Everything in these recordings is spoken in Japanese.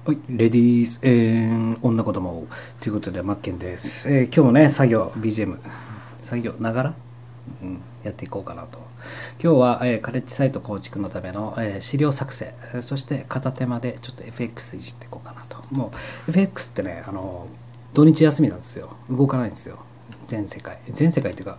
はい、レディース、女子供ということで、マッケンです。今日もね、作業、BGM、作業ながら、やっていこうかなと。今日は、カレッジサイト構築のための、資料作成、そして片手間でちょっと FX いじっていこうかなと。もう、FX ってね、土日休みなんですよ。動かないんですよ。全世界っていうか、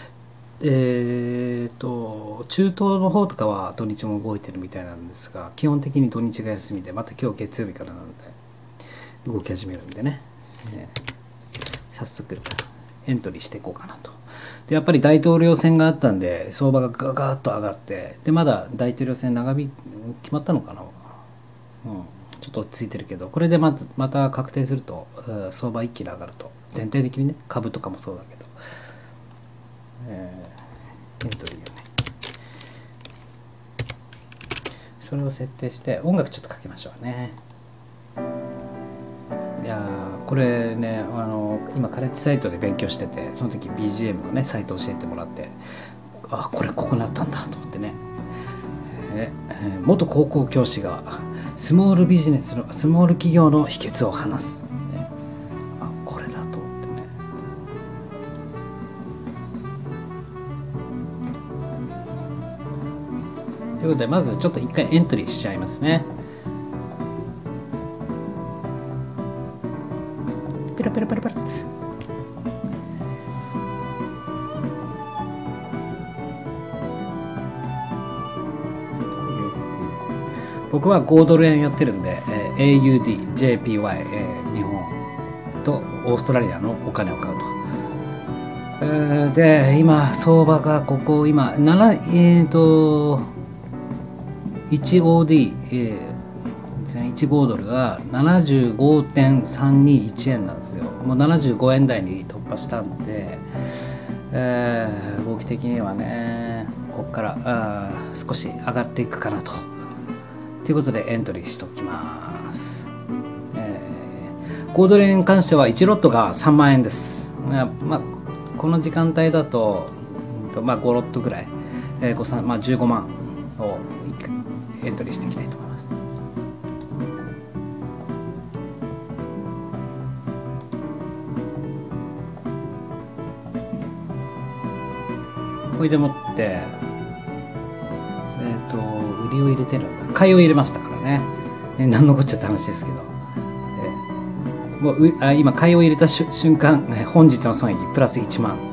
中東の方とかは土日も動いてるみたいなんですが、基本的に土日が休みで、また今日月曜日からなので動き始めるんでね、早速エントリーしていこうかなと。でやっぱり大統領選があったんで相場がガガーッと上がって、でまだ大統領選長引決まったのかな、ちょっと落ち着いてるけど、これでまた確定すると相場一気に上がると、全体的にね、株とかもそうだけど、エントリーをね、それを設定して音楽ちょっとかけましょうね。いやこれね、今カレッジサイトで勉強してて、その時 BGM のねサイト教えてもらって、ここなったんだと思ってね、元高校教師がスモール企業の秘訣を話す、これだと思ってね。ということで、まずちょっと一回エントリーしちゃいますね。ペラペラペラペラッツ。僕は5ドル円やってるんで、AUD、JPY、日本とオーストラリアのお金を買うと。で今相場が今1OD、1ドルが 75.321 円なんですよ。もう75円台に突破したんで、動き的にはね、ここから少し上がっていくかなということでエントリーしておきます。5ドル円に関しては1ロットが3万円です。この時間帯だと、5ロットぐらい、15万をエントリーしていきたいと思います。これでもって売りを入れてるんだ、買いを入れましたからね、何のこっちゃって話ですけど、もう今買いを入れた瞬間、本日の損益プラス1万っていう。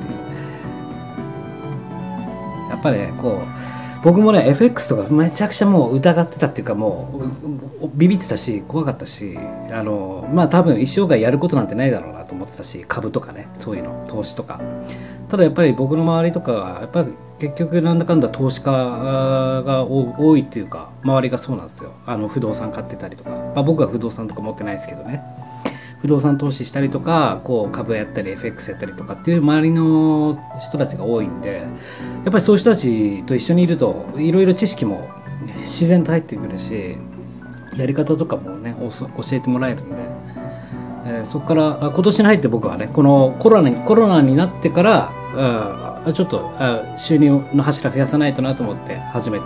やっぱりね、僕もね FX とかめちゃくちゃもう疑ってたっていうか、もうビビってたし怖かったし、多分一生涯やることなんてないだろうなと思ってたし、株とかね、そういうの投資とか。ただやっぱり僕の周りとかはやっぱり結局なんだかんだ投資家が多いっていうか、周りがそうなんですよ。不動産買ってたりとか、僕は不動産とか持ってないですけどね、不動産投資したりとか、株やったり FX やったりとかっていう周りの人たちが多いんで、やっぱりそういう人たちと一緒にいるといろいろ知識も自然と入ってくるし、やり方とかもね教えてもらえるんで、そこから今年に入って僕はね、このコロナになってからちょっと収入の柱増やさないとなと思って始めて、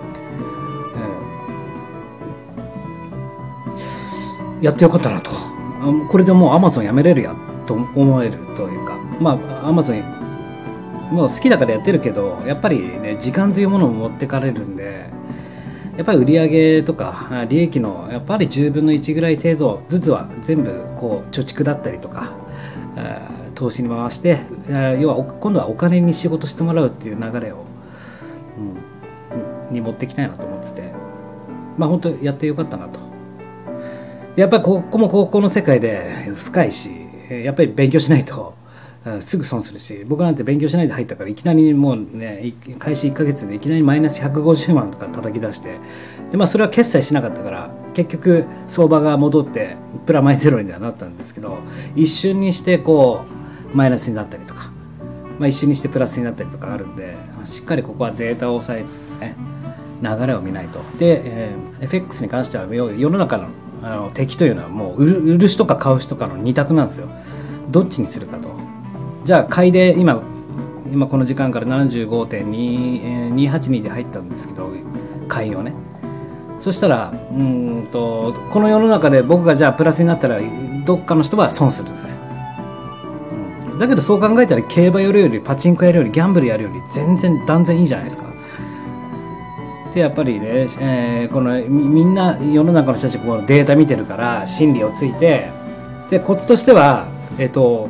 やってよかったなと。これでもう Amazon やめれるやと思えるというか、Amazon もう好きだからやってるけど、やっぱりね時間というものを持ってかれるんで、やっぱり売上とか利益のやっぱり10分の1ぐらい程度ずつは全部貯蓄だったりとか投資に回して、要は今度はお金に仕事してもらうっていう流れを、に持っていきたいなと思ってて、本当やってよかったなと。やっぱりここも高校の世界で深いし、やっぱり勉強しないとすぐ損するし、僕なんて勉強しないで入ったから、いきなりもうね、開始1ヶ月でいきなりマイナス150万とか叩き出して、でそれは決済しなかったから、結局相場が戻ってプラマイゼロにはなったんですけど、一瞬にしてマイナスになったりとか、一瞬にしてプラスになったりとかあるんで、しっかりここはデータを押さえて、ね、流れを見ないと。で、FX に関しては世の中の敵というのはもう売る人か買う人かの二択なんですよ。どっちにするかと。じゃあ買いで今この時間から 75.282 で入ったんですけど、買いをね、 そしたらこの世の中で僕がじゃあプラスになったらどっかの人は損するんですよ。だけどそう考えたら競馬やるよりパチンコやるよりギャンブルやるより全然断然いいじゃないですか。でやっぱりね、このみんな世の中の人たちこのデータ見てるから心理をついて、でコツとしては1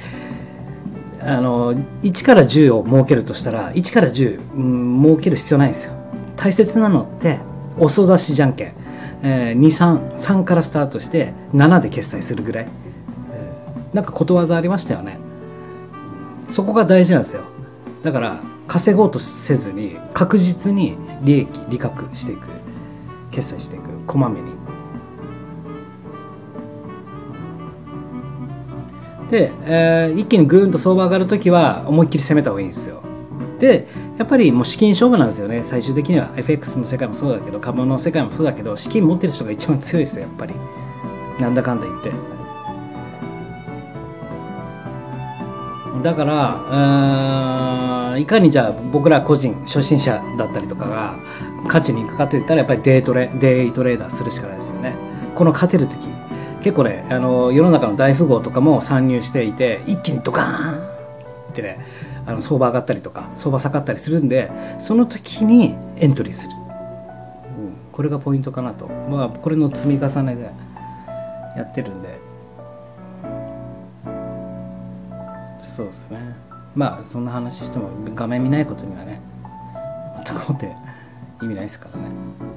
から10を設けるとしたら1から10、設ける必要ないんですよ。大切なのって遅出しじゃんけん、3からスタートして7で決済するぐらい、なんかことわざありましたよね。そこが大事なんですよ。だから稼ごうとせずに確実に利確していく、決済していく、こまめに。で、一気にグーンと相場上がるときは思いっきり攻めた方がいいんですよ。でやっぱりもう資金勝負なんですよね。最終的には FX の世界もそうだけど株の世界もそうだけど、資金持ってる人が一番強いですよ、やっぱり。なんだかんだ言って。だからいかにじゃあ僕ら個人初心者だったりとかが勝ちに行くかといったら、やっぱりデイトレーダーするしかないですよね。この勝てる時結構ね、世の中の大富豪とかも参入していて、一気にドカーンってね、相場上がったりとか相場下がったりするんで、その時にエントリーする、これがポイントかなと。これの積み重ねでやってるんで、そうですね。そんな話しても画面見ないことにはね、全くもって意味ないですから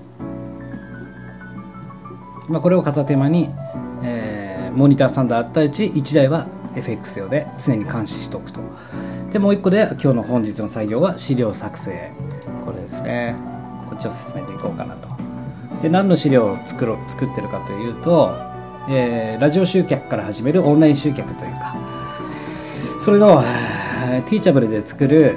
ね。これを片手間に、モニタースタンドあったうち1台は FX 用で常に監視しておくと。でもう1個で今日の本日の作業は資料作成、これですね。こっちを進めていこうかなと。で何の資料を作ってるかというと、ラジオ集客から始めるオンライン集客というか、それのティーチャブルで作る、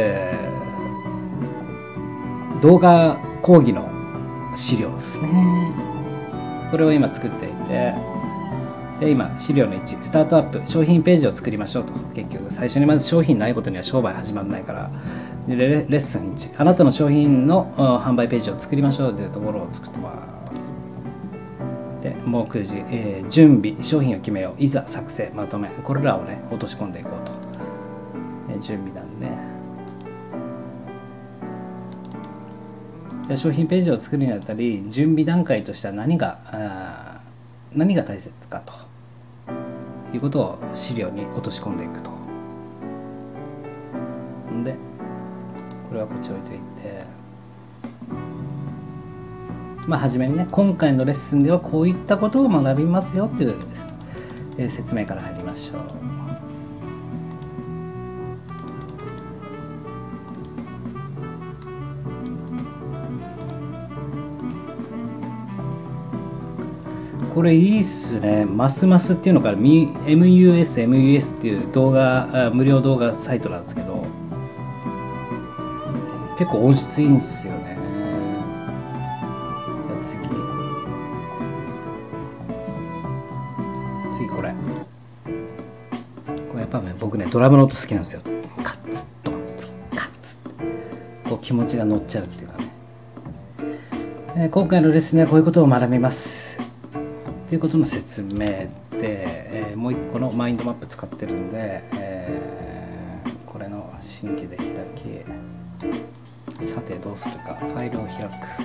動画講義の資料ですね。これを今作っていて、で今資料の1、スタートアップ、商品ページを作りましょうと。結局最初にまず商品ないことには商売始まらないから、でレッスン1、あなたの商品の販売ページを作りましょうというところを作ってます。で目次、準備、商品を決めよう、いざ作成、まとめ、これらをね落とし込んでいこうと。準備なんで、じゃあ商品ページを作るにあたり準備段階としては何が大切かということを資料に落とし込んでいくと。でこれはこっち置いておいて、初めにね、今回のレッスンではこういったことを学びますよっていう、説明から入りましょう。これいいっすね。ますますっていうのから MUS っていう無料動画サイトなんですけど、結構音質いいんですよね。じゃあ次これやっぱね、僕ねドラムの音好きなんですよ。カッツドンツカッツ、こう気持ちが乗っちゃうっていうかね。今回のレッスンではこういうことを学びますということの説明で、もう一個のマインドマップ使ってるんで、これの新規で開き、さてどうするか、ファイルを開く、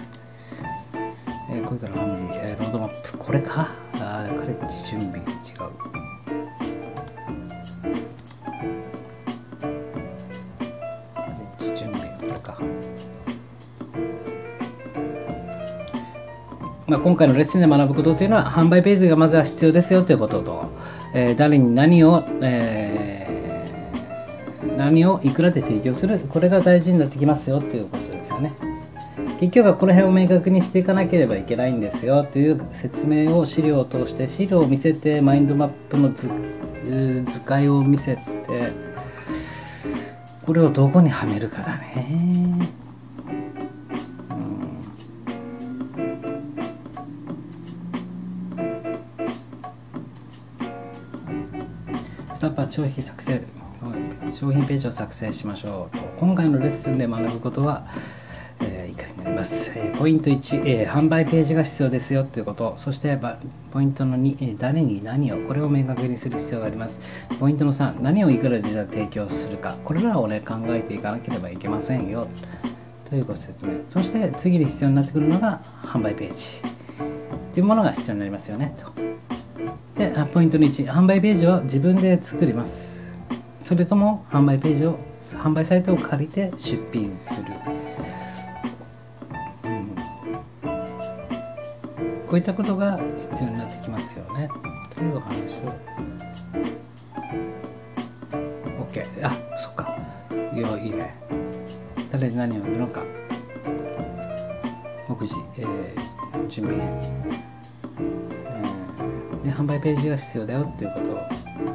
これからロードマップ、これか、カレッジ準備違う、カレッジ準備、これか。今回のレッスンで学ぶことというのは、販売ページがまずは必要ですよということと、誰に何をいくらで提供する、これが大事になってきますよということですよね。結局はこの辺を明確にしていかなければいけないんですよという説明を資料を通して、資料を見せて、マインドマップの図解を見せて、これをどこにはめるかだね。スタッフは商品ページを作成しましょうと。今回のレッスンで学ぶことは、いかにます。ポイント1、販売ページが必要ですよということ。そしてポイントの2、誰に何を、これを明確にする必要があります。ポイントの3、何をいくらで提供するか、これらをね考えていかなければいけませんよというご説明。そして次に必要になってくるのが販売ページというものが必要になりますよねと。でポイントの1、販売ページを自分で作ります。それとも販売ページを、販売サイトを借りて出品する、こういったことが必要になってきますよねという話を。 OK。 あ、そっか、いいね。誰に何を売るのか、目次、準備、で販売ページが必要だよっていうことを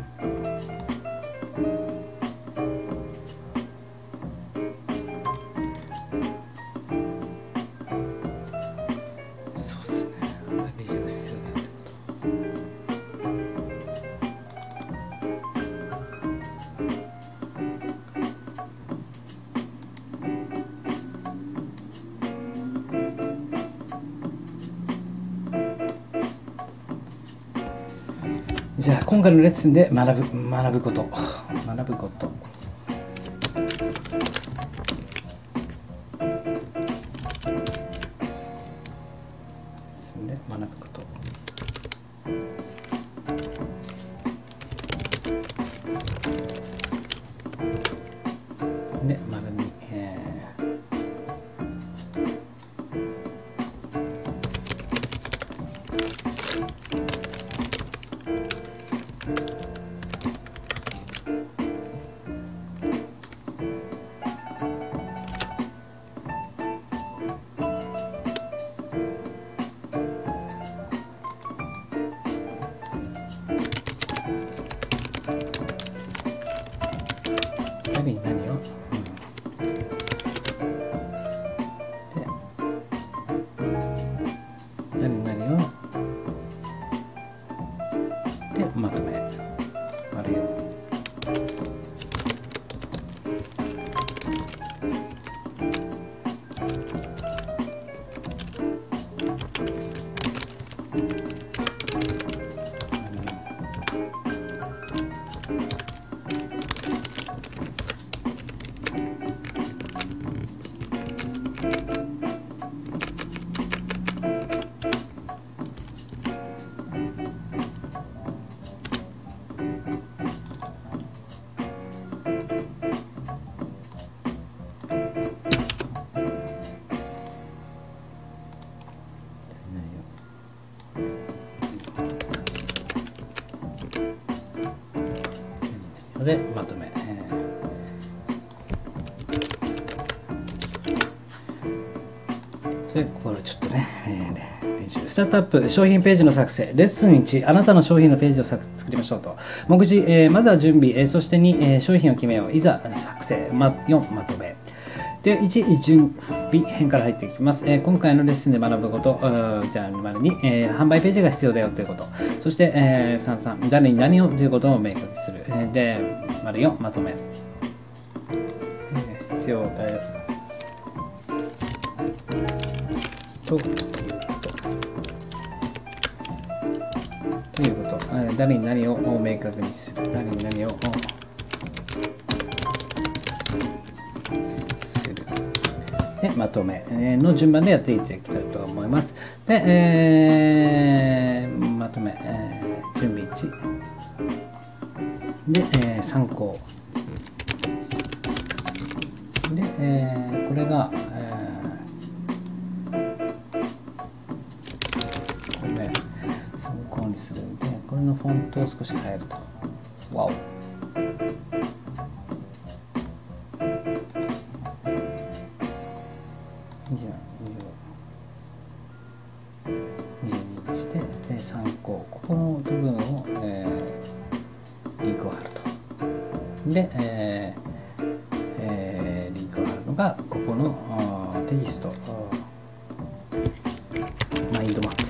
じゃあ今回のレッスンで学ぶことで、丸に、何を、何をでまとめ、丸よ。でまとめ、でこれちょっとね、練習。スタートアップ商品ページの作成。レッスン1、あなたの商品のページを作りましょうと。目次、まずは準備、そして2、商品を決めよう。いざ作成。4、まとめ。で1、準備編から入っていきます。今回のレッスンで学ぶこと、じゃあ丸に、販売ページが必要だよということ。そして、3、誰に何をということを明確にする。で丸4、まとめ。必要だよということ。誰に何を明確にする。誰に何をでまとめの順番でやっていただきたいと思います。で、まとめ、準備1で、参考で、これが、これ参考にするんで、これのフォントを少し変えると。わお。22にして、参考、ここの部分を、リンクを貼ると。で、リンクを貼るのがここのテキストマインドマップ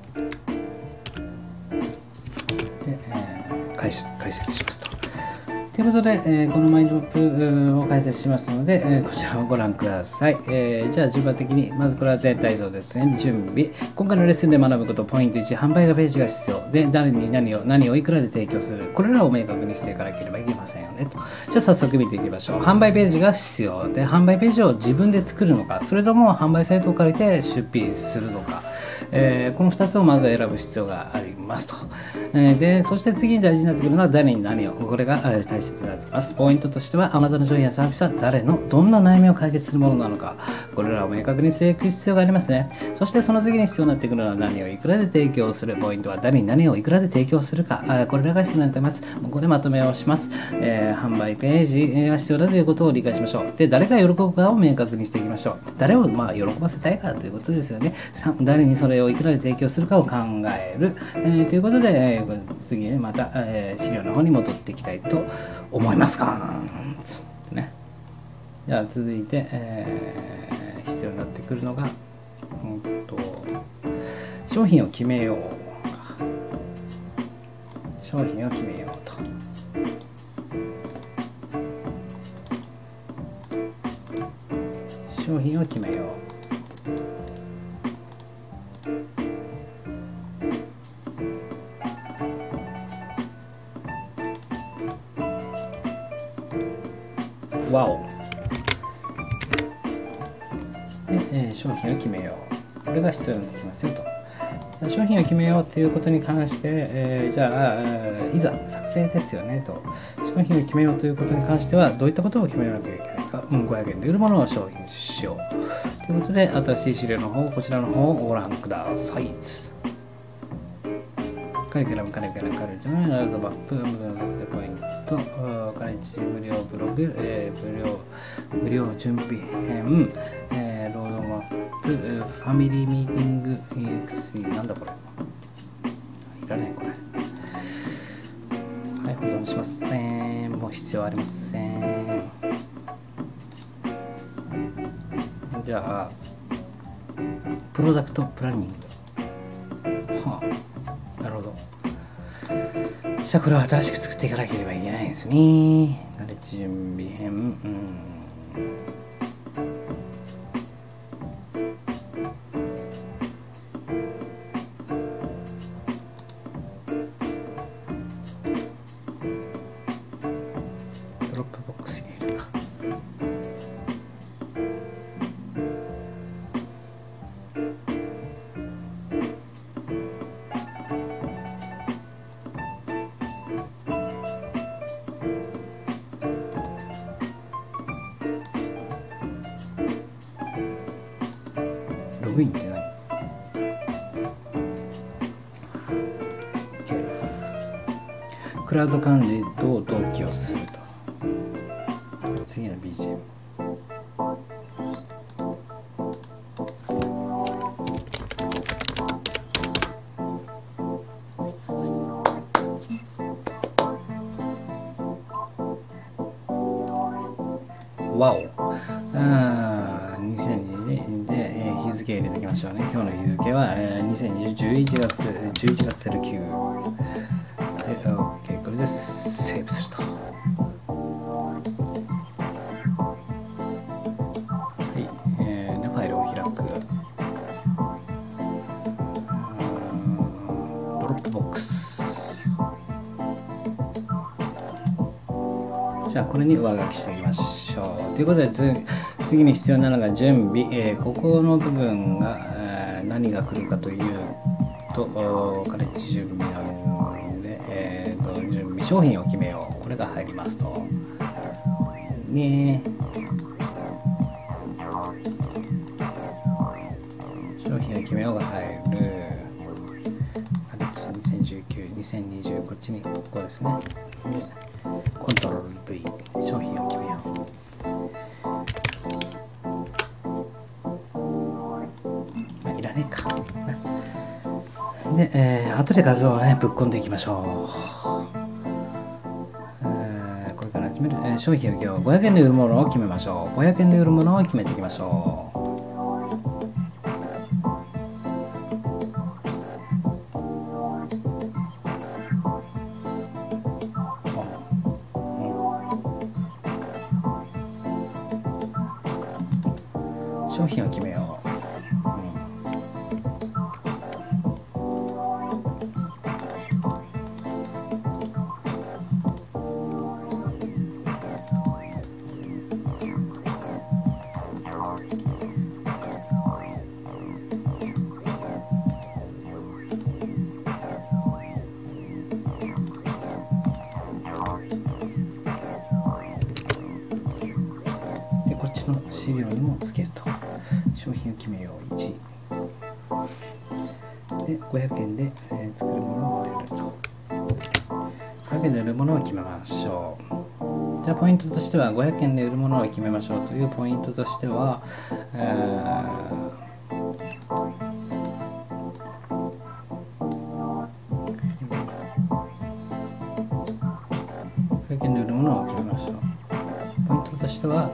で、解説しますと。で、 ということで、このマインドマップを解説しますので、こちらをご覧ください。じゃあ順番的に、まずこれは全体像ですね。準備。今回のレッスンで学ぶこと、ポイント1、販売がページが必要。で、誰に何をいくらで提供する。これらを明確にしていかなければいけませんよね。と。じゃあ早速見ていきましょう。販売ページが必要。で、販売ページを自分で作るのか、それとも販売サイトを借りて出品するのか。この2つをまず選ぶ必要がありますと。で、そして次に大事になってくるのは誰に何を。これが大切になっています。ポイントとしては、あなたの商品やサービスは誰のどんな悩みを解決するものなのか。これらを明確にしていく必要がありますね。そしてその次に必要になってくるのは何をいくらで提供する。ポイントは誰に何をいくらで提供するか。これらが必要になっています。ここでまとめをします。販売ページが必要だということを理解しましょう。で、誰が喜ぶかを明確にしていきましょう。誰を喜ばせたいかということですよね。誰にそれをいくらで提供するかを考える。ということで、次にまた、資料の方に戻っていきたいと思いますが、ね。じゃあ続いて、必要になってくるのが、商品を決めよう。商品を決めようと。商品を決めよう。わお。で、商品を決めよう。これが必要になってきますよと。商品を決めようということに関して、じゃあ、いざ作成ですよねと。商品を決めようということに関してはどういったことを決めなきゃいけないか。500円で売るものを商品しようということで、新しい資料の方、こちらの方をご覧ください。カリキュラム、カリキュラム、カリキュラム、ラウドマップ、ポイント、カレッジ無料ブログ、無料準備編、ロードマップ、ファミリーミーティング EXP、なんだこれ。いらないこれ。はい、保存しません。もう必要ありません。じゃあ、プロダクトプランニング。はあ、なるほど。じゃあこれを新しく作っていかなければいけないんですね。ガレッジ準備編。ドロップボックスに入れるか。ログインって何？クラウド管理と同期をすると。次の BGM。わお。2020年で、日付入れていきましょうね。今日の日付は、2020 11月09。で、OK。これでセーブすると。はい。ファイルを開く。ドロップボックス。じゃあこれに上書きしていきましょう。ということで次に必要なのが準備。ここの部分が、何が来るかというと、カレッジ準備なので、準備商品を決めよう。これが入りますと。ね。商品を決めようが入る。カレッジ2019、2020、こっちにここですね。でコントロール V、 商品を決めよう。いらねえか。で、後で画像をね、ぶっ込んでいきましょう。これから決める、商品を今日500円で売るものを決めましょう。500円で売るものを決めていきましょう。 商品を決めよう。資料にもつけると。商品を決めよう。1で500円で、作るものを売れると。500円で売るものを決めましょう。じゃあポイントとしては500円で売るものを決めましょうというポイントとしては、500円で売るものを決めましょう。ポイントとしては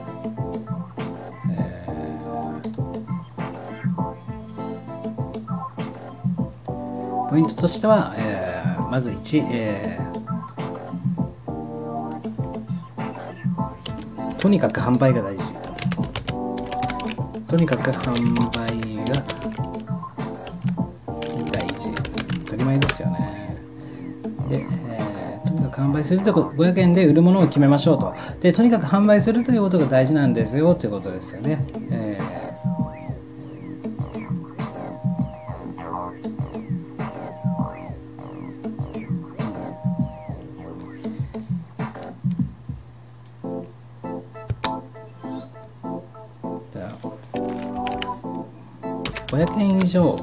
まず1、とにかく販売が大事。とにかく販売が大事。当たり前ですよね。で、とにかく販売すると500円で売るものを決めましょうと。で、とにかく販売するということが大事なんですよということですよね。500円以上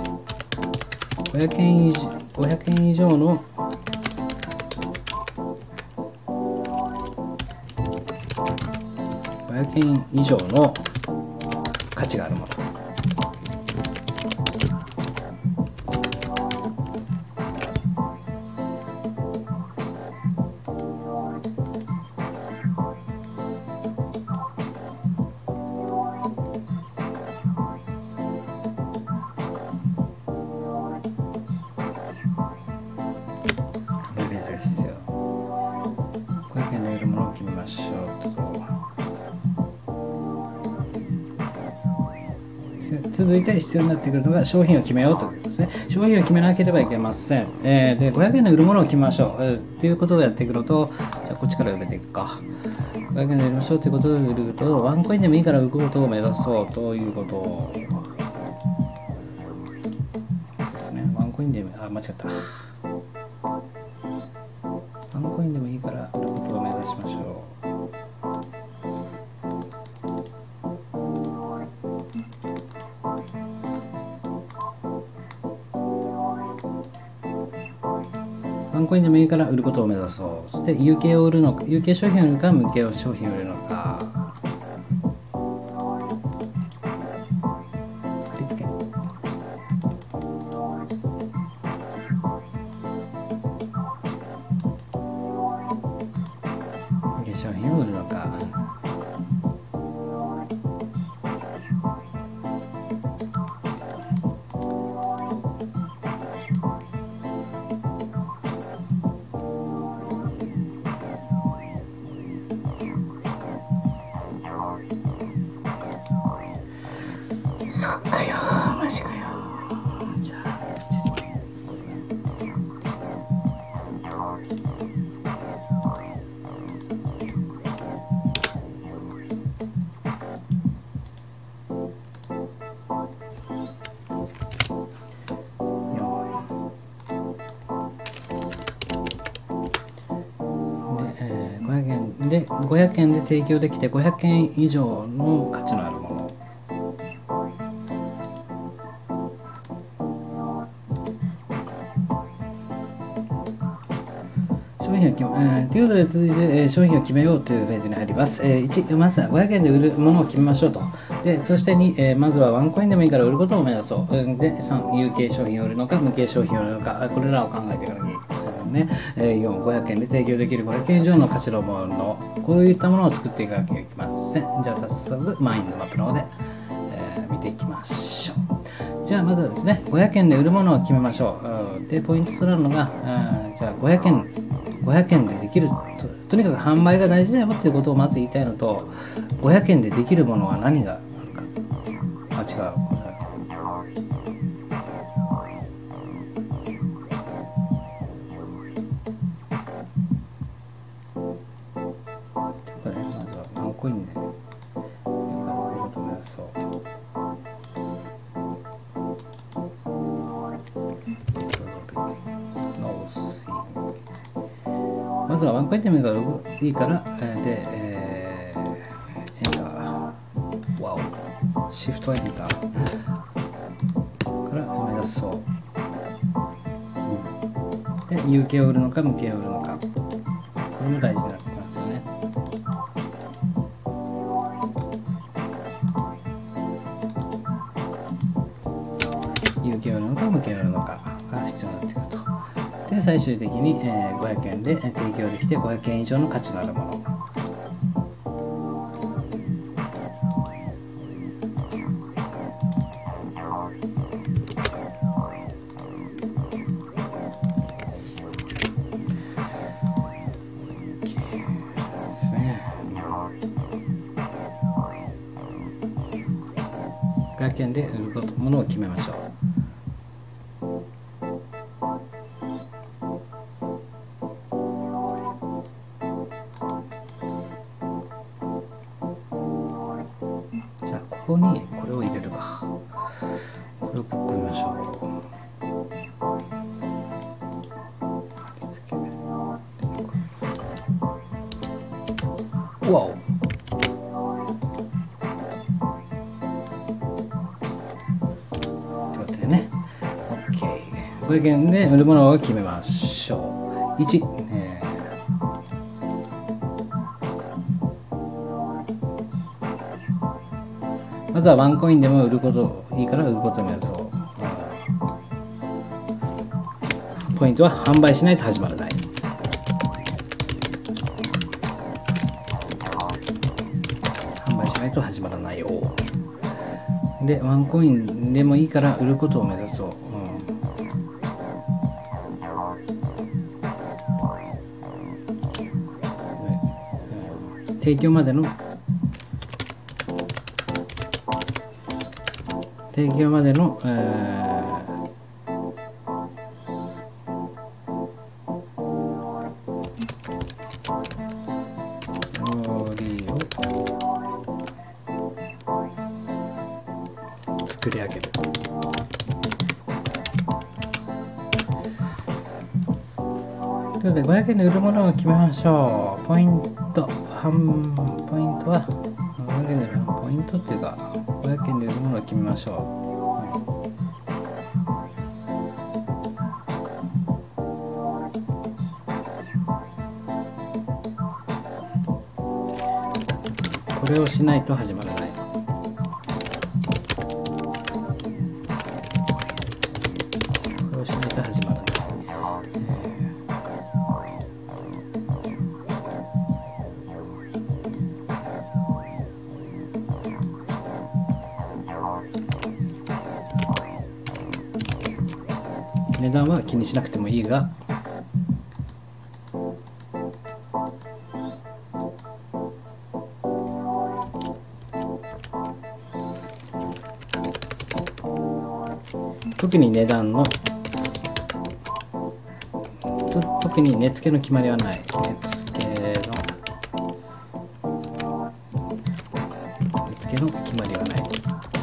の500円以上の価値があるもの。500円で売るものを決めましょうと。続いて必要になってくるのが商品を決めようということですね。商品を決めなければいけません。で500円で売るものを決めましょうということをやっていくのと、じゃあこっちから埋めていくか。500円で売りましょうということを売ると、ワンコインでもいいから売ることを目指そうということですね。ワンコインで間違った。ワンコインでもいいから売ることを目指しましょう。ワンコインでもいいから売ることを目指そう。そして有形を売るのか、有形商品を売るのか、無形商品を売るのか。貼り付け。有形商品を売るのか。そっかよ、マジかよ。じゃあ500円で提供できて500円以上の価値のあるもの。ということで続いて、商品を決めようというフェーズに入ります。1、まずは500円で売るものを決めましょうと。で、そして2、まずはワンコインでもいいから売ることを目指そう。で、3、有形商品を売るのか、無形商品を売るのか、これらを考えていかなきゃいけませんね。4、500円で提供できる500円以上の価値のもの、こういったものを作っていかなきゃいけません。じゃあ早速、マインドマップの方で、見ていきましょう。じゃあまずはですね、500円で売るものを決めましょう。で、ポイントとなるのが、じゃあ500円でできる とにかく販売が大事だよっていうことをまず言いたいのと、500円でできるものは何があるか。 あ、違う。これまずはワンコインで、まずはワンコインでもいいから、で、エンター、ワオ、シフトエンターから目指そう。で、有形を売るのか無形を売るのか、これも大事になってきますよね。有形を売るのか無形を売るのかが必要になってくると。で、最終的に、500円で提供できて500円以上の価値のあるもの。500円で売るものを決めましょう。じゃあここにこれを入れるか。これをぶっ込みましょう。わお。500円で売るものを決めましょう。1、まずはワンコインでも売ることいいから売ることを目指そう。ポイントは販売しないと始まらない。販売しないと始まらないよ。で、ワンコインでもいいから売ることを目指そう。提供までの料理を作り上げる。ということで500円で売るものを決めましょう。ポイントは500円で売るポイントっていうか500円で売るものを決めましょう。これをしないと始まらない。これをしないと始まらない。値段は気にしなくてもいいが、特に値段の特に値付けの決まりはない。値付けの決まりはない。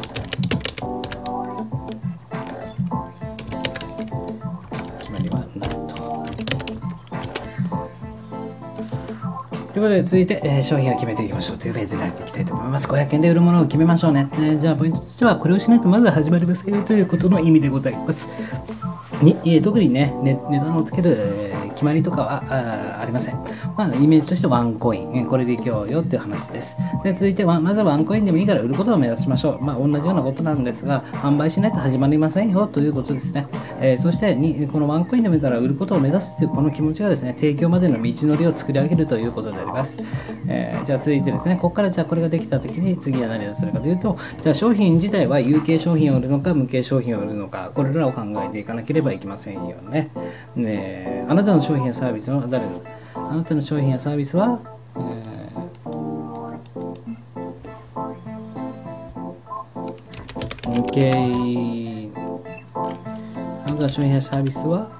ということで続いて、商品を決めていきましょうというフェーズに入っていきたいと思います。500円で売るものを決めましょうね。じゃあポイントとしてはこれをしないとまずは始まりませんよということの意味でございます。特にね、値段をつける、決まりとかはありません。まあ、イメージとしてワンコイン、これでいこうよっていう話です。で続いてはまずはワンコインでもいいから売ることを目指しましょう。まあ、同じようなことなんですが、販売しないと始まりませんよということですね。そしてこのワンコインでもいいから売ることを目指すというこの気持ちがですね、提供までの道のりを作り上げるということであります。じゃあ続いてですね、ここからじゃあこれができたときに次は何をするかというと、じゃあ商品自体は有形商品を売るのか無形商品を売るのか、これらを考えていかなければいけませんよね。あなたの商品やサービスのあなたの商品やサービスは、 OK。あなたの商品やサービスは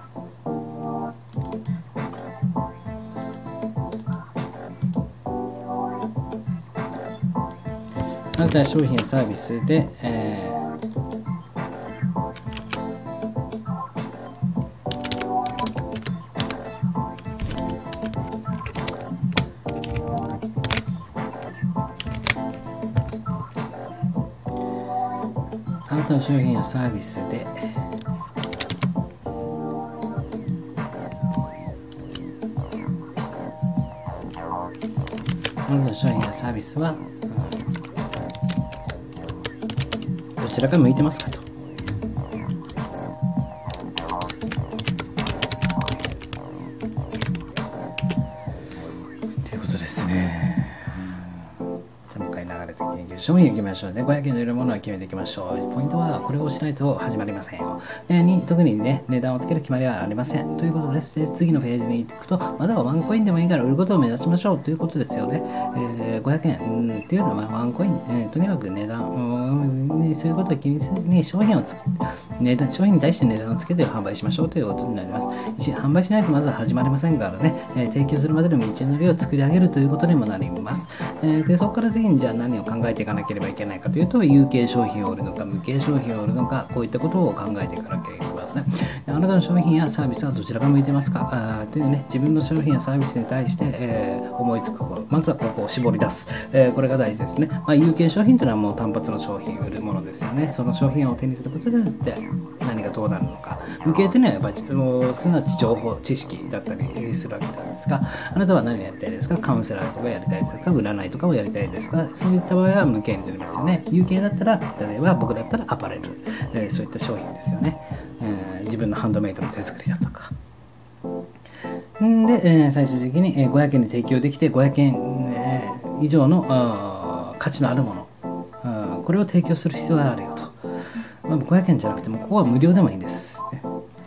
あなたの商品やサービスで、あなたの商品やサービスであなたの商品やサービスは、どちらか向いてますかと。ということですね。じゃあもう一回流れて商品を決めましょうね。500円のいるものは決めていきましょう。ポイントはこれをしないと始まりませんよ。特にね、値段をつける決まりはありません。ということです。で次のページに行くと、まずはワンコインでもいいから売ることを目指しましょうということですよね。500円っていうのはワンコイン、とにかく値段、そういうことを気にせずに商品に対して値段をつけて販売しましょうということになります。販売しないとまずは始まりませんからね、提供するまでの道のりを作り上げるということにもなります。でそこから次にじゃあ何を考えていかなければいけないかというと、有形商品を売るのか無形商品を売るのか、こういったことを考えていかなければいけません。あなたの商品やサービスはどちらが向いてますかというね、自分の商品やサービスに対して、思いつくこと、まずはここを絞り出す、これが大事ですね。有形商品というのはもう単発の商品を売るものですよね。その商品を手にすることによって何がどうなるのか。無形というのはやっぱりすなわち情報知識だったりするわけなんですが、あなたは何をやりたいですか？カウンセラーとかやりたいですか？占いとかをやりたいですか？そういった場合は無形になりますよね。有形だったら、例えば僕だったらアパレル、そういった商品ですよね。自分のハンドメイドの手作りだとかで、最終的に500円で提供できて500円、以上の価値のあるもの、これを提供する必要があるよと。500円じゃなくてもここは無料でもいいんです、ね。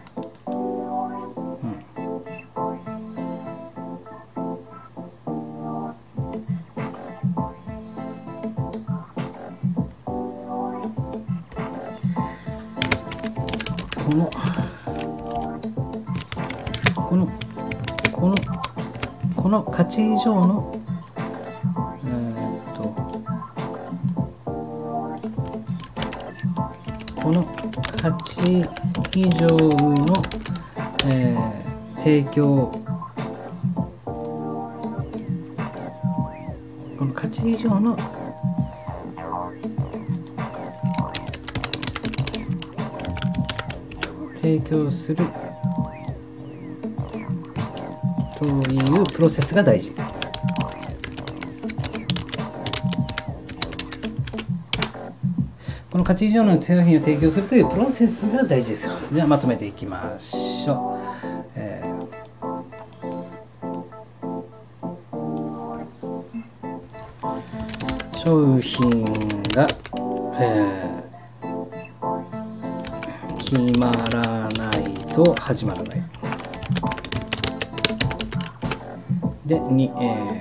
この価値以上のこの価値以上の、提供、この価値以上の提供するというプロセスが大事。この価値以上の製品を提供するというプロセスが大事ですよ。じゃあまとめていきましょう。商品が、決まらないと始まらない。で、2、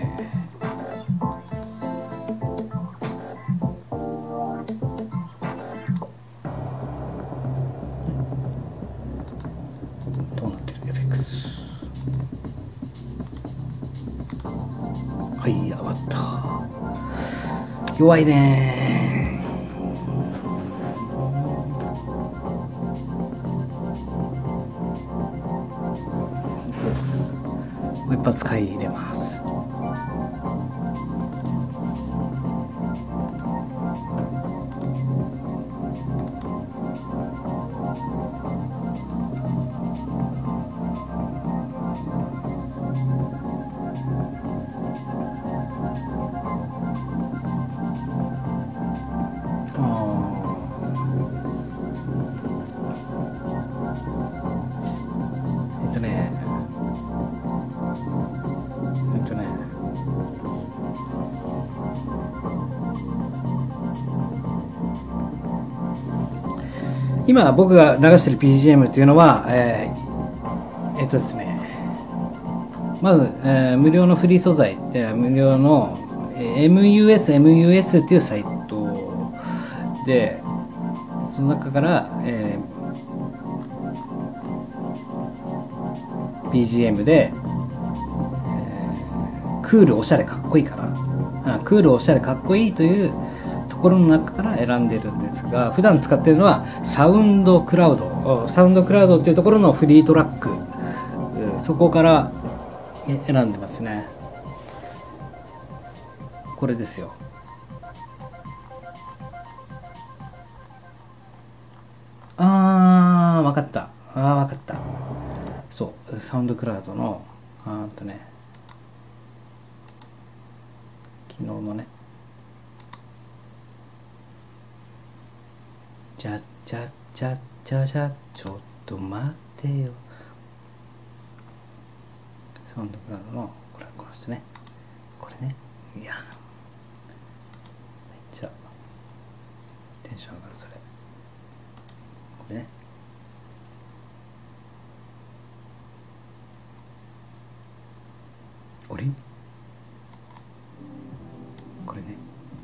どうなってる FX。 はい、上がった。弱いね。もう一発買い入れます。今僕が流している BGM というのは、ですね、まず、無料のフリー素材、無料の、MUS っていうサイトで、 その中から、BGM で、クールおしゃれかっこいいかな、クールおしゃれかっこいいというところの中から選んでるんですが、普段使っているのはサウンドクラウドっていうところのフリートラック、そこから選んでますね。これですよ。わかった。そう、サウンドクラウドの昨日のね、ちゃちゃちゃちゃちゃちょっと待ってよ、サウンドクラウドのこの人ね、これね、いやめっちゃテンション上がる。それこれね、これね、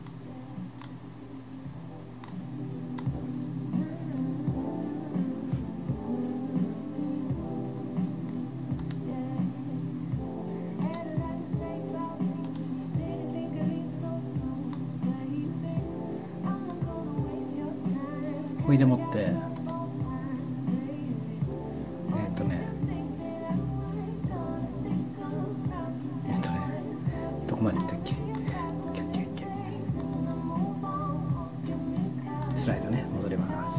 これでもってどこまでいったっけ、スライドね、戻ります。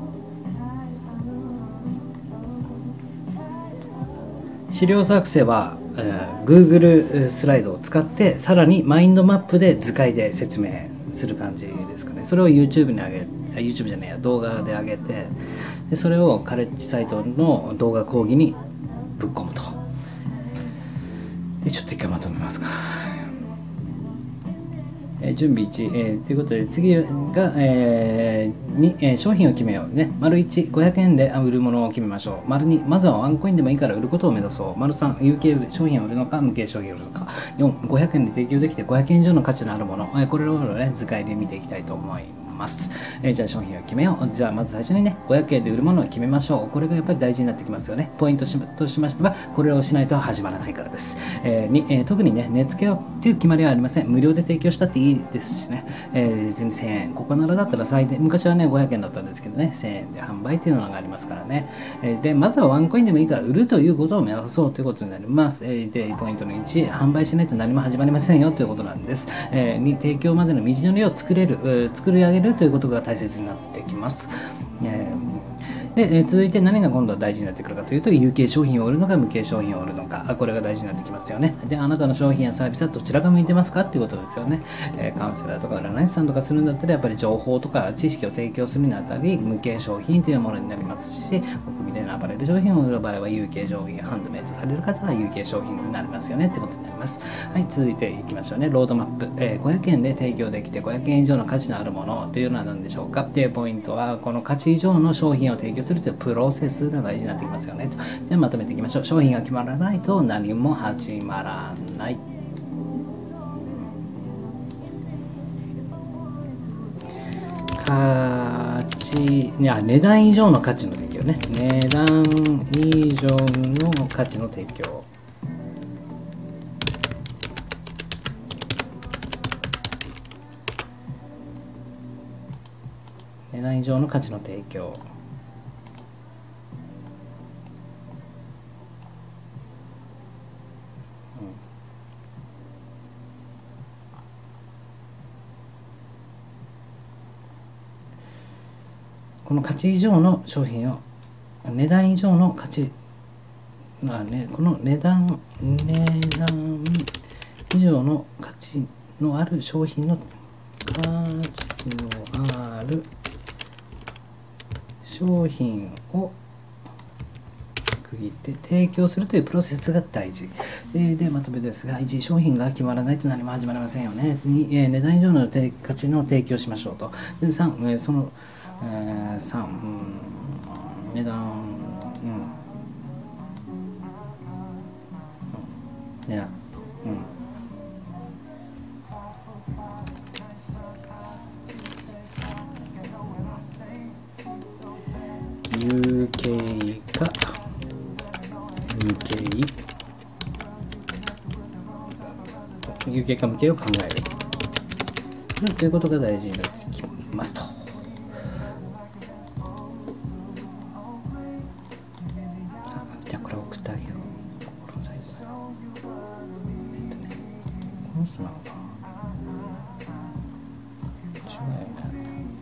資料作成は、Google スライドを使って、さらにマインドマップで図解で説明する感じですかね。それを YouTube にYouTube じゃないや、動画で上げて、でそれをカレッジサイトの動画講義にぶっ込むと。でちょっと一回まとめますか。準備1、ということで次が、2、商品を決めようね。丸1、500円で売るものを決めましょう。丸2、まずはワンコインでもいいから売ることを目指そう。丸3、有形商品を売るのか無形商品を売るのか。4、500円で提供できて500円以上の価値のあるもの、これを、ね、図解で見ていきたいと思います。じゃあ商品を決めよう。じゃあまず最初にね、500円で売るものを決めましょう。これがやっぱり大事になってきますよね。ポイントとしましては、これをしないと始まらないからです。2、特にね、値付けをという決まりはありません。無料で提供したっていいですしね。別に1000円。ここならだったら最低、昔はね、500円だったんですけどね、1000円で販売っていうのがありますからね。で、まずはワンコインでもいいから売るということを目指そうということになります。で、ポイントの1、販売しないと何も始まりませんよということなんです。2、提供までの道のりを作り上げるということが大切になってきます。で、続いて何が今度は大事になってくるかというと、有形商品を売るのか無形商品を売るのか、これが大事になってきますよね。で、あなたの商品やサービスはどちらが向いてますかっていうことですよね。カウンセラーとか占い師さんとかするんだったら、やっぱり情報とか知識を提供するにあたり無形商品というものになりますし、僕みたいなアパレル商品を売る場合は有形商品、ハンドメイドされる方は有形商品になりますよねってことになります。はい、続いていきましょうね。ロードマップ、500円で提供できて500円以上の価値のあるものというのは何でしょうかっていうポイントは、この価値以上の商品を提供するというプロセスが大事になってきますよね。でまとめていきましょう。商品が決まらないと何も始まらない。値段以上の価値の提供ね。値段以上の価値の提供。値段以上の価値の提供。この価値以上の商品を、値段以上の価値、この値段以上の価値のある商品の価値のある商品を区切って提供するというプロセスが大事。でまとめですが、1、商品が決まらないと何も始まりませんよね。2、値段以上の価値の提供しましょうと。で3、その3、値段、値段、 有形か無形、有形か無形を考えるということが大事になってきますと。じゃあこれ送ってあげよう。この人なのかな、違うよね。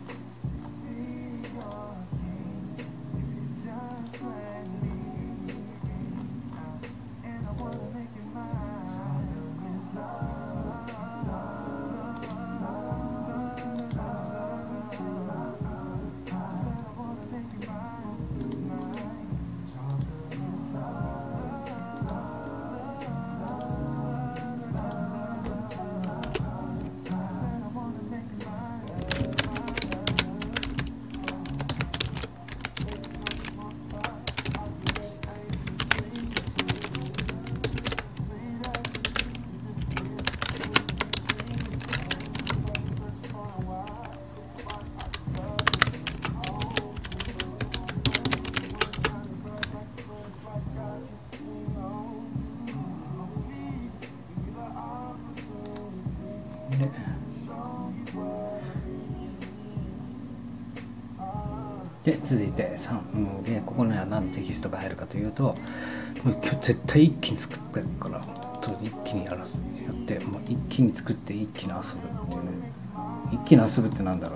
で続いて3で、ここには何のテキストが入るかというと、もう今日絶対一気に作ってるから本当に一気にやって、もう一気に作って一気に遊ぶっていうね。一気に遊ぶってなんだろ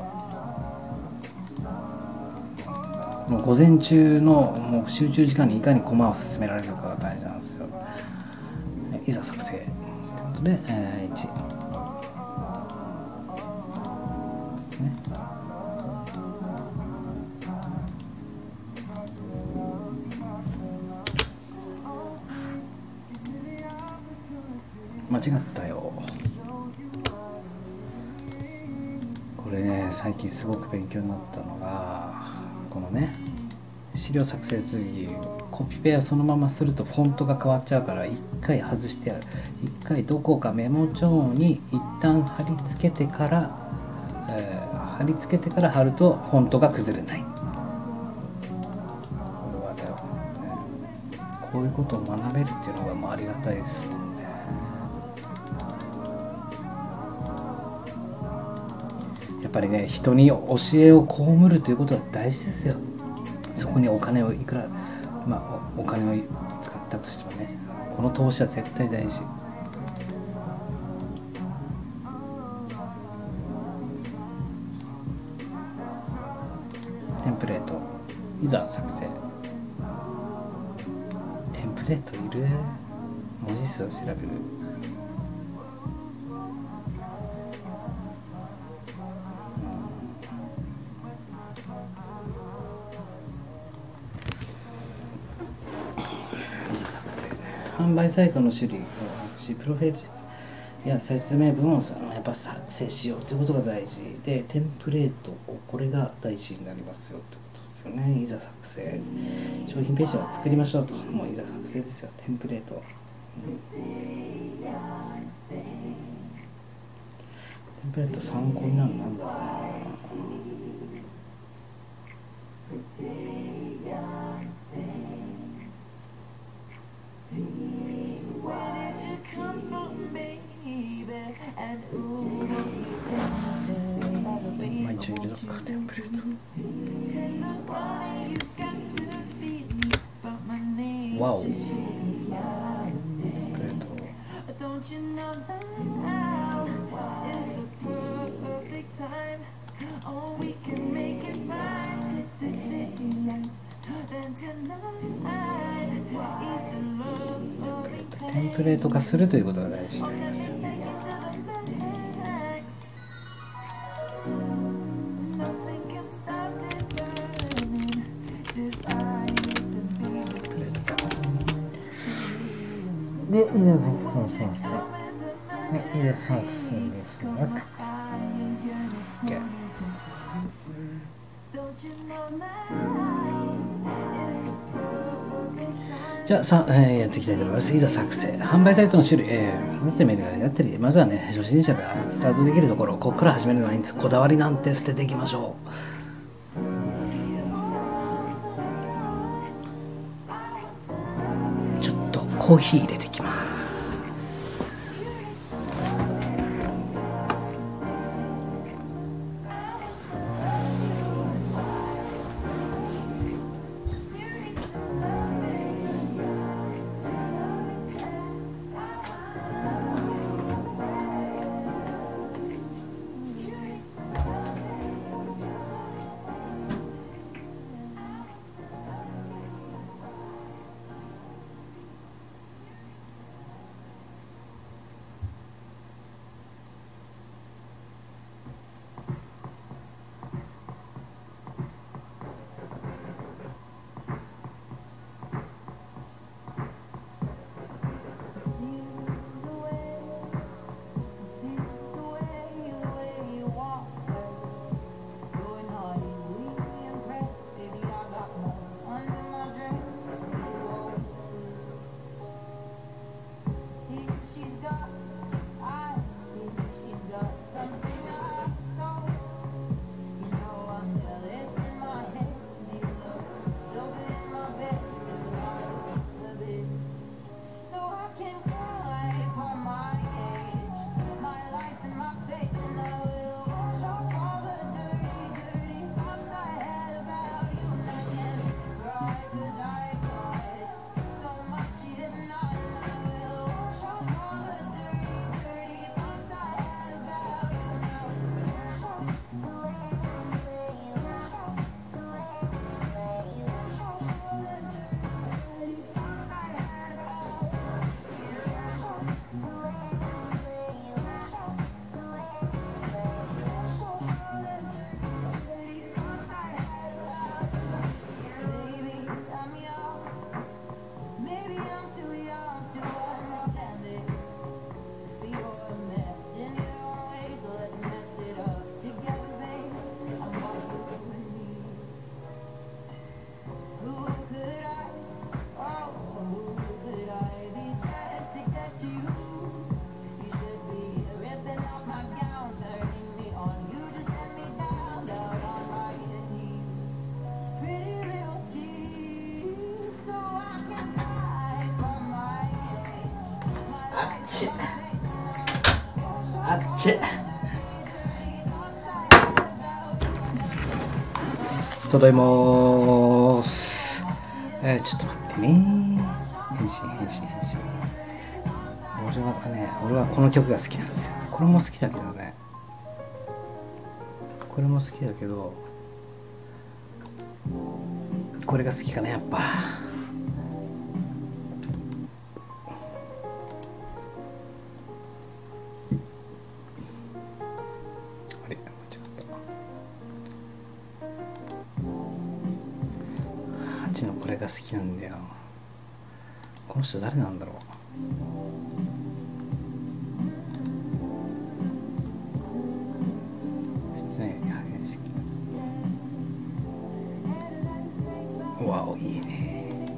う、もう午前中のもう集中時間にいかに駒を進められるかが大事なんですよ。いざ作成ということで、1間違ったよ。これね、最近すごく勉強になったのが、このね、資料作成する時コピペはそのままするとフォントが変わっちゃうから、一回外してある。一回どこかメモ帳に一旦貼り付けてから、貼るとフォントが崩れない。これはね、こういうことを学べるっていうのがまあありがたいですもんね。やっぱりね、人に教えを被るということは大事ですよ。そこにお金をいくら、お金を使ったとしてもね、この投資は絶対大事。テンプレート、いざ作成。テンプレートいる？文字数を調べる。販売サイトの種類をプロフィールや説明文をやっぱ作成しようということが大事で、テンプレートをこれが大事になりますよということですよね。いざ作成、商品ページを作りましょうと、もういざ作成ですよ。テンプレート、テンプレート参考になるのなんだろうな。一応入れとくか、テンプレート。わお、テンプレート。テンプレート化するということが大事になりますよね。で、いざ作成しました。いざ作成ですよ。じゃあやっていきたいと思います。いざ作成。販売サイトの種類、やってみるやったり、まずはね、初心者がスタートできるところ、ここから始めるのがいいんです。こだわりなんて捨てていきましょう。 コーヒー入れてきます。あっち届いまーす。ちょっと待ってね。返信。俺はこの曲が好きなんですよ。これも好きだけどね。これも好きだけど、これが好きかな、やっぱ。これが好きなんだよ。この人誰なんだろう。わお、いいね。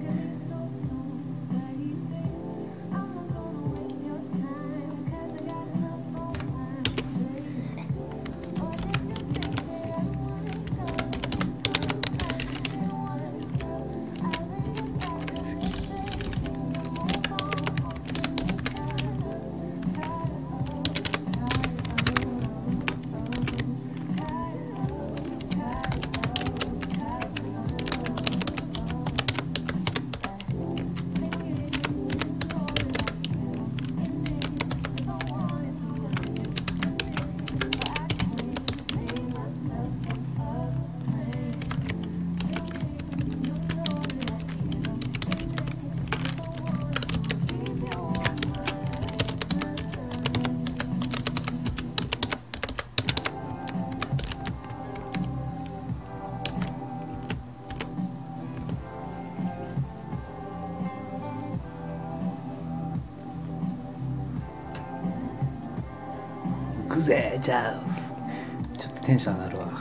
じゃあちょっとテンション上がるわ。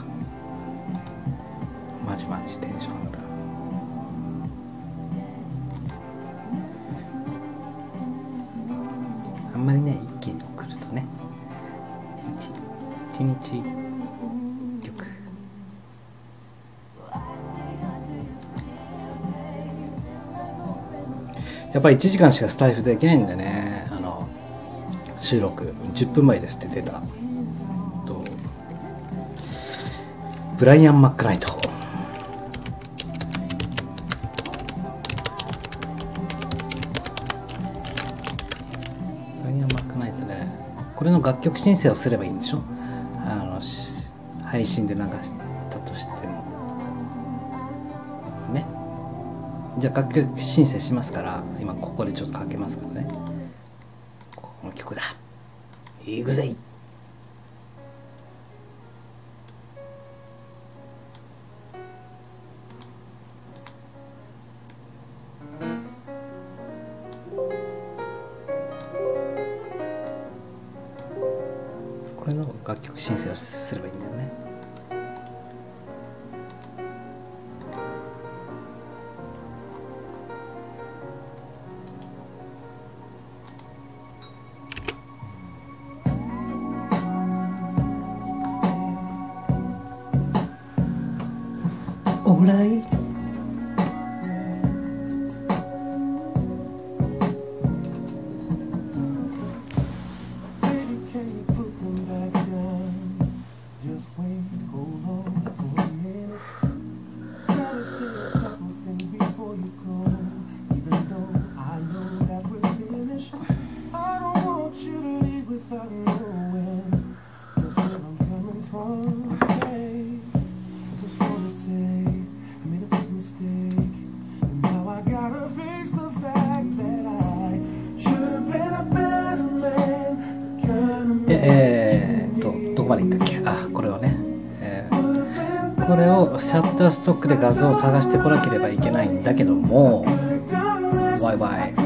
マジテンション上がる。あんまりね一気に来るとね、一日曲。 やっぱり1時間しかスタイフできないんでね、収録10分前ですって出たと、ブライアン・マックナイト、ブライアン・マックナイトね、これの楽曲申請をすればいいんでしょ、配信で流したとしてもね。じゃあ楽曲申請しますから、今ここでちょっとかけますからね。この曲だ、いくぜい。これの楽曲申請をすればいいんだよね。オーライ。どこまでいったっけ。これをね、これをシャッターストックで画像を探してこなければいけないんだけども、ワイワイ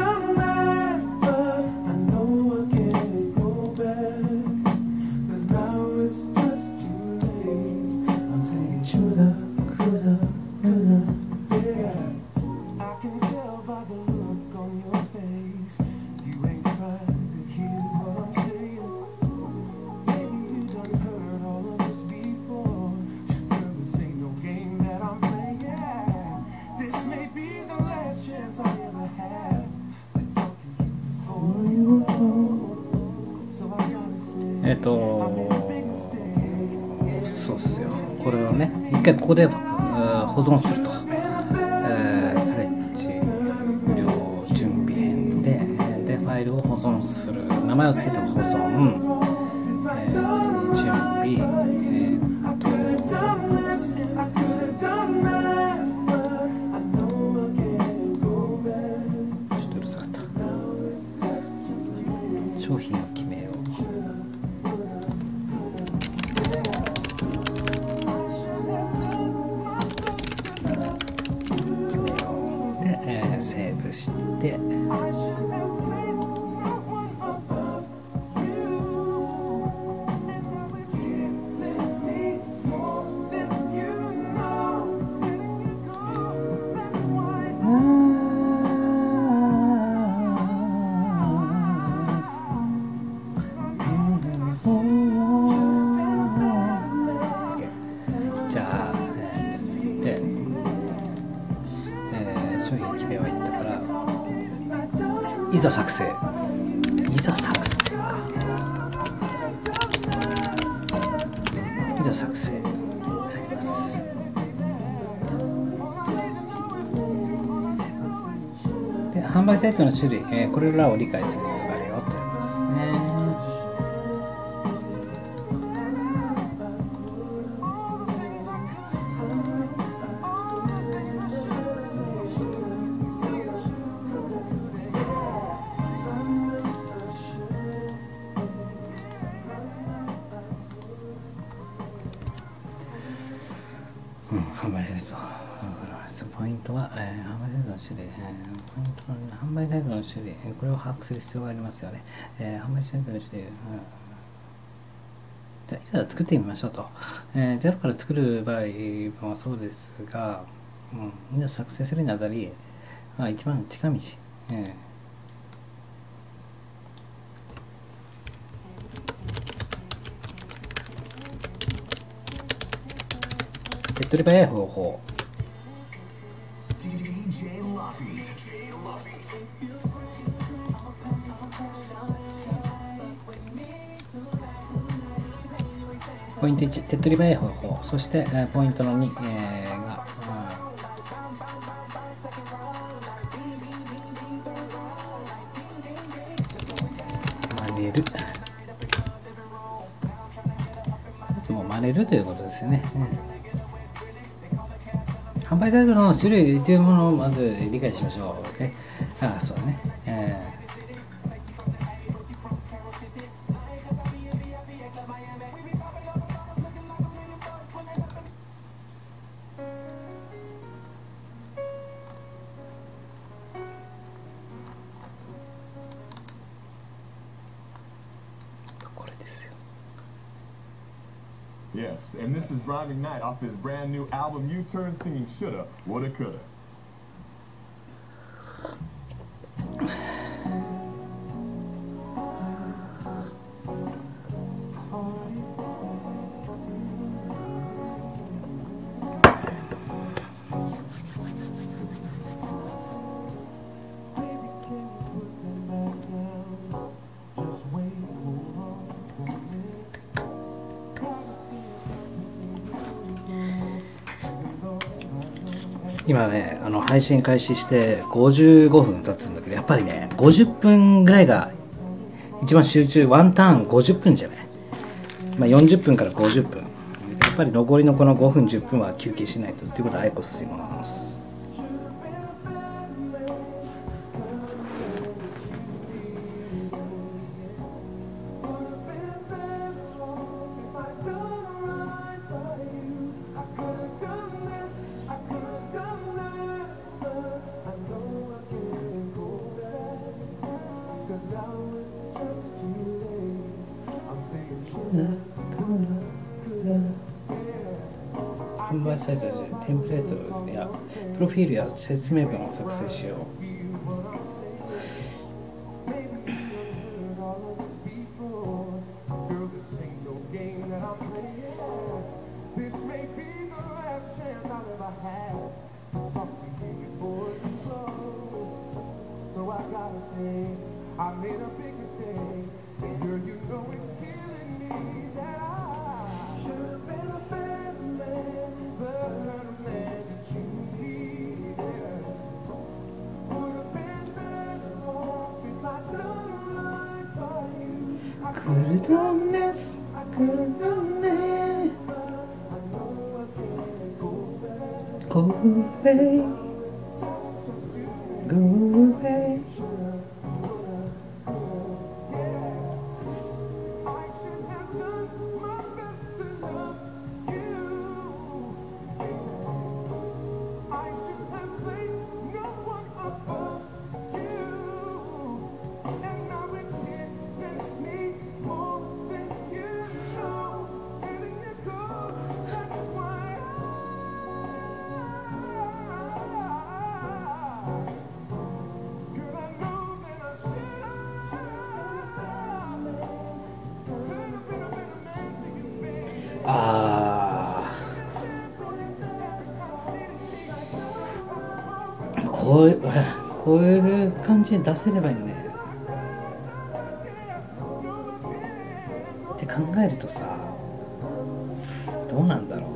そうっすよ。これをね、一回ここで保存すると、カレッジ無料準備編でファイルを保存する、名前を付けて保存、準備、ちょっとうるさかった。商品を決めよう。セーブして、じゃあ、続いて、商品決めはいったから、いざ作成。いざ作成か。いざ作成。入ります。で、販売サイトの種類、これらを理解する必要があるよということですね。販売サイト。ポイントは、販売サイトの種類、ポイントの販売サイトの種類、これを把握する必要がありますよね。販売サイトの種類、じゃあいざ作ってみましょうと。ゼロから作る場合もそうですが、いざ作成するにあたり、一番近道、手っ取り早い方法。 ポイント1、手っ取り早い方法。そして、ポイントの2、が、真似る。もう真似るということですよね。販売サイトの種類というものをまず理解しましょう。ね、そうだね。 Yes, and this is Rodney Knight off his brand new album U-Turn singing Shoulda, Woulda, Coulda. 今ね、配信開始して55分経つんだけど、やっぱりね、50分ぐらいが一番集中、ワンターン50分じゃない。40分から50分。やっぱり残りのこの5分10分は休憩しないと。ということで、アイコスします。販売サイトでテンプレートやプロフィールや説明文を作成しよう。Go away, go away.こういう感じに出せればいいねって考えるとさ、どうなんだろう。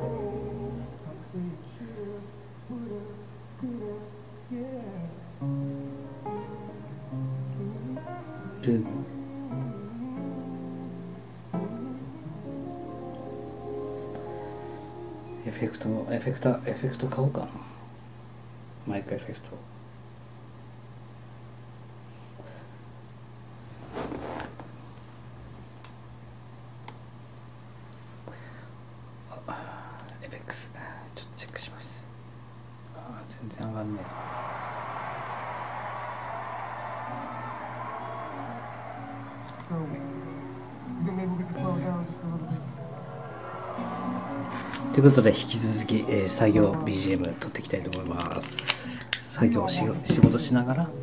ルームエフェクト買おうかな。マイクエフェクトFX ちょっとチェックします。全然上がんねえ。ということで引き続き、作業 BGM 撮っていきたいと思います。作業仕事しながら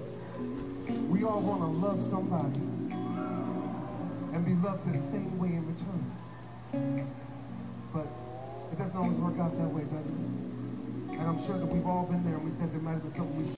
But it doesn't always work out that way, does it? I And I'm sure that we've all been there and we said there might have been something we